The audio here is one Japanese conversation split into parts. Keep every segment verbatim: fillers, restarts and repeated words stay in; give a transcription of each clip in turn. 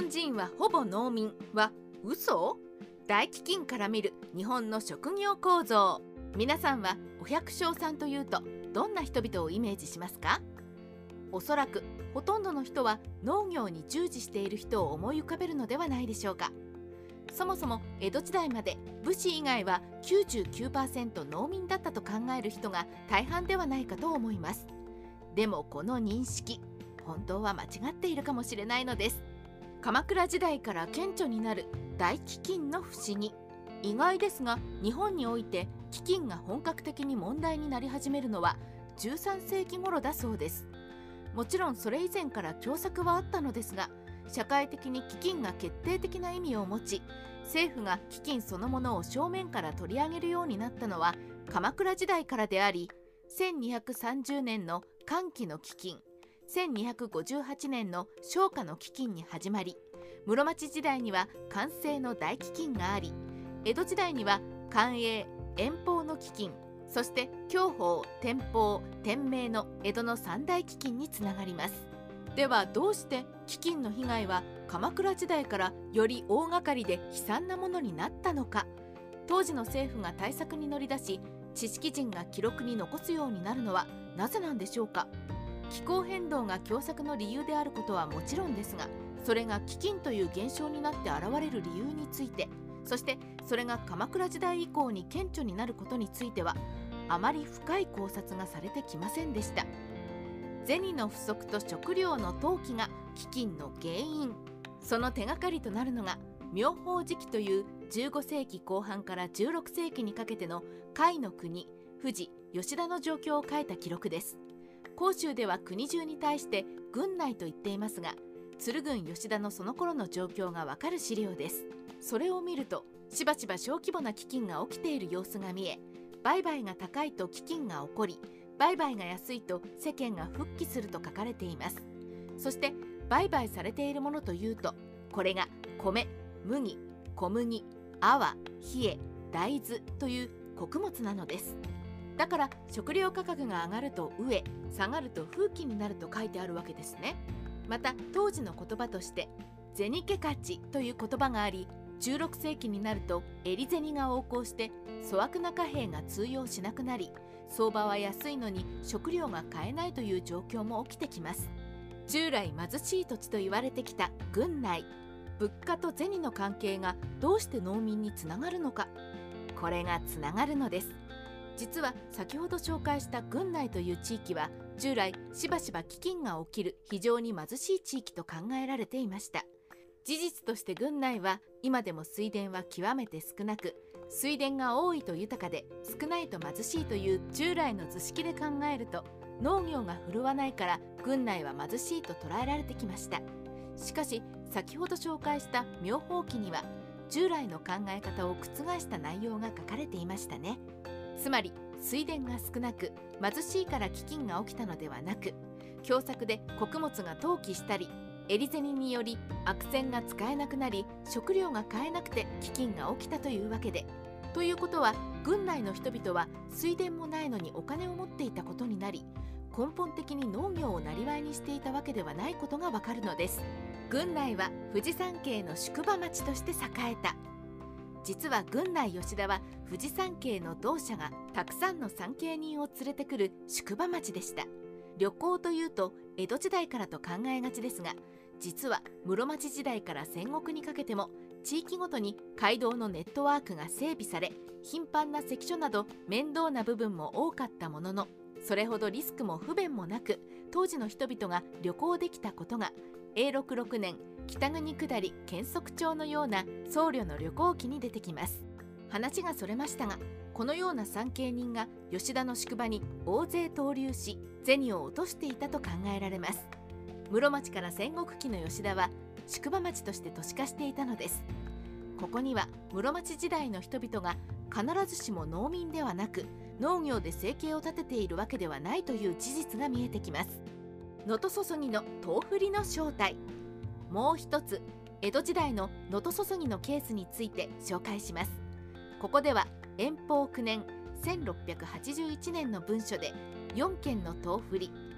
本人はほぼ農民は嘘？大飢饉から見る日本の職業構造。皆さんはお百姓さんというとどんな人々をイメージしますか？おそらくほとんどの人は農業に従事している人を思い浮かべるのではないでしょうか。そもそも江戸時代まで武士以外は きゅうじゅうきゅうパーセント 農民だったと考える人が大半ではないかと思います。でもこの認識、本当は間違っているかもしれないのです。鎌倉時代から顕著になる大飢饉の不思議。意外ですが、日本において飢饉が本格的に問題になり始めるのはじゅうさんせいき頃だそうです。もちろんそれ以前から凶作はあったのですが、社会的に飢饉が決定的な意味を持ち、政府が飢饉そのものを正面から取り上げるようになったのは鎌倉時代からであり、せんにひゃくさんじゅうねんの乾季の飢饉、せんにひゃくごじゅうはちねんの商家の飢饉に始まり、室町時代には寛政の大飢饉があり、江戸時代には寛永、延保の飢饉、そして享保、天保、天明の江戸の三大飢饉につながります。ではどうして飢饉の被害は鎌倉時代からより大掛かりで悲惨なものになったのか。当時の政府が対策に乗り出し、知識人が記録に残すようになるのはなぜなんでしょうか。気候変動が凶作の理由であることはもちろんですが、それが飢饉という現象になって現れる理由について、そしてそれが鎌倉時代以降に顕著になることについてはあまり深い考察がされてきませんでした。銭の不足と食料の投棄が飢饉の原因。その手がかりとなるのが妙法時期というじゅうごせいきこう半からじゅうろくせいきにかけての甲斐の国、富士、吉田の状況を書いた記録です。甲州では国中に対して郡内と言っていますが、鶴郡吉田のその頃の状況がわかる資料です。それを見るとしばしば小規模な飢饉が起きている様子が見え、売買が高いと飢饉が起こり、売買が安いと世間が復帰すると書かれています。そして売買されているものというと、これが米、麦、小麦、粟、冷え、大豆という穀物なのです。だから食料価格が上がると飢え、下がると風紀になると書いてあるわけですね。また当時の言葉として銭気勝ちという言葉があり、じゅうろくせいきになると襟銭が横行して粗悪な貨幣が通用しなくなり、相場は安いのに食料が買えないという状況も起きてきます。従来貧しい土地と言われてきた郡内、物価と銭の関係がどうして農民につながるのか。これがつながるのです。実は先ほど紹介した郡内という地域は従来しばしば飢饉が起きる非常に貧しい地域と考えられていました。事実として郡内は今でも水田は極めて少なく、水田が多いと豊かで少ないと貧しいという従来の図式で考えると、農業が振るわないから郡内は貧しいと捉えられてきました。しかし先ほど紹介した妙法記には従来の考え方を覆した内容が書かれていましたね。つまり水田が少なく貧しいから飢饉が起きたのではなく、凶作で穀物が投棄したり、襟銭により悪銭が使えなくなり食料が買えなくて飢饉が起きたというわけで、ということは郡内の人々は水田もないのにお金を持っていたことになり、根本的に農業を生業にしていたわけではないことがわかるのです。郡内は富士山系の宿場町として栄えた。実は郡内吉田は富士山系の同社がたくさんの参詣人を連れてくる宿場町でした。旅行というと江戸時代からと考えがちですが、実は室町時代から戦国にかけても地域ごとに街道のネットワークが整備され、頻繁な関所など面倒な部分も多かったものの、それほどリスクも不便もなく当時の人々が旅行できたことが永禄ろくねん北国下り検測帳のような僧侶の旅行記に出てきます。話がそれましたが、このような参詣人が吉田の宿場に大勢投留し銭を落としていたと考えられます。室町から戦国期の吉田は宿場町として都市化していたのです。ここには室町時代の人々が必ずしも農民ではなく農業で生計を立てているわけではないという事実が見えてきます。能登注ぎの豆腐利の正体。もう一つ江戸時代の能登注ぎのケースについて紹介します。ここでは延保きゅうねんせんろっぴゃくはちじゅういちねんの文書でよんけんの豆腐利、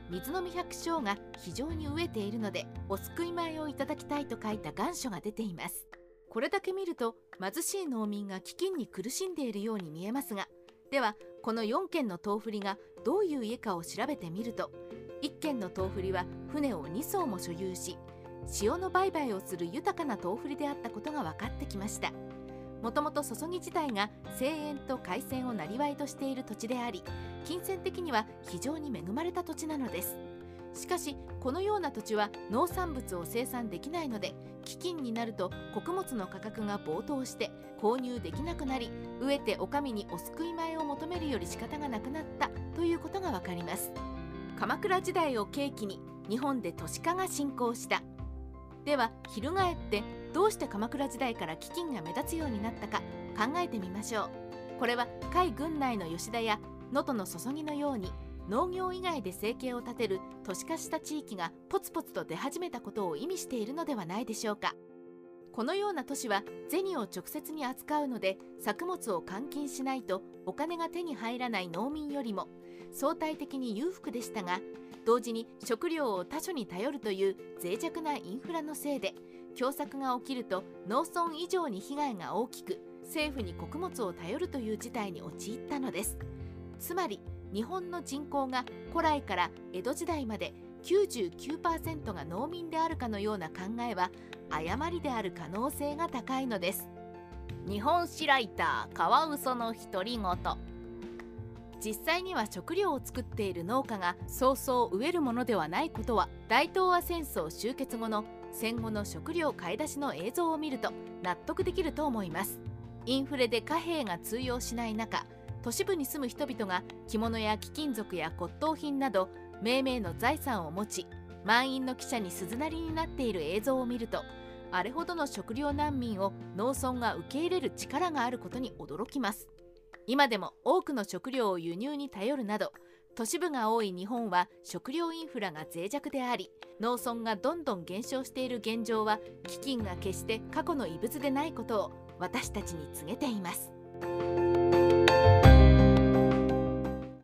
水飲み百姓が非常に飢えているのでお救い米をいただきたいと書いた願書が出ています。これだけ見ると貧しい農民が飢饉に苦しんでいるように見えますが、ではこのよんけんの豆腐りがどういう家かを調べてみると、いっけんの豆腐りは船をにそうも所有し、塩の売買をする豊かな豆腐りであったことが分かってきました。もともと注ぎ自体が製塩と海鮮を生業としている土地であり、金銭的には非常に恵まれた土地なのです。しかしこのような土地は農産物を生産できないので、飢饉になると穀物の価格が暴騰して購入できなくなり、飢えてお上にお救い米を求めるより仕方がなくなったということがわかります。鎌倉時代を契機に日本で都市化が進行した。では翻ってどうして鎌倉時代から飢饉が目立つようになったか考えてみましょう。これは甲斐郡内の吉田や能登の注ぎのように農業以外で生計を立てる都市化した地域がポツポツと出始めたことを意味しているのではないでしょうか。このような都市は銭を直接に扱うので、作物を換金しないとお金が手に入らない農民よりも相対的に裕福でしたが、同時に食料を他所に頼るという脆弱なインフラのせいで、凶作が起きると農村以上に被害が大きく、政府に穀物を頼るという事態に陥ったのです。つまり日本の人口が古来から江戸時代まで きゅうじゅうきゅうパーセント が農民であるかのような考えは誤りである可能性が高いのです。日本史ライターカワウソの独り言。実際には食料を作っている農家がそうそう飢えるものではないことは、大東亜戦争終結後の戦後の食料買い出しの映像を見ると納得できると思います。インフレで貨幣が通用しない中、都市部に住む人々が着物や貴金属や骨董品など命名の財産を持ち、満員の汽車に鈴なりになっている映像を見ると、あれほどの食料難民を農村が受け入れる力があることに驚きます。今でも多くの食料を輸入に頼るなど、都市部が多い日本は食料インフラが脆弱であり、農村がどんどん減少している現状は、飢饉が決して過去の遺物でないことを私たちに告げています。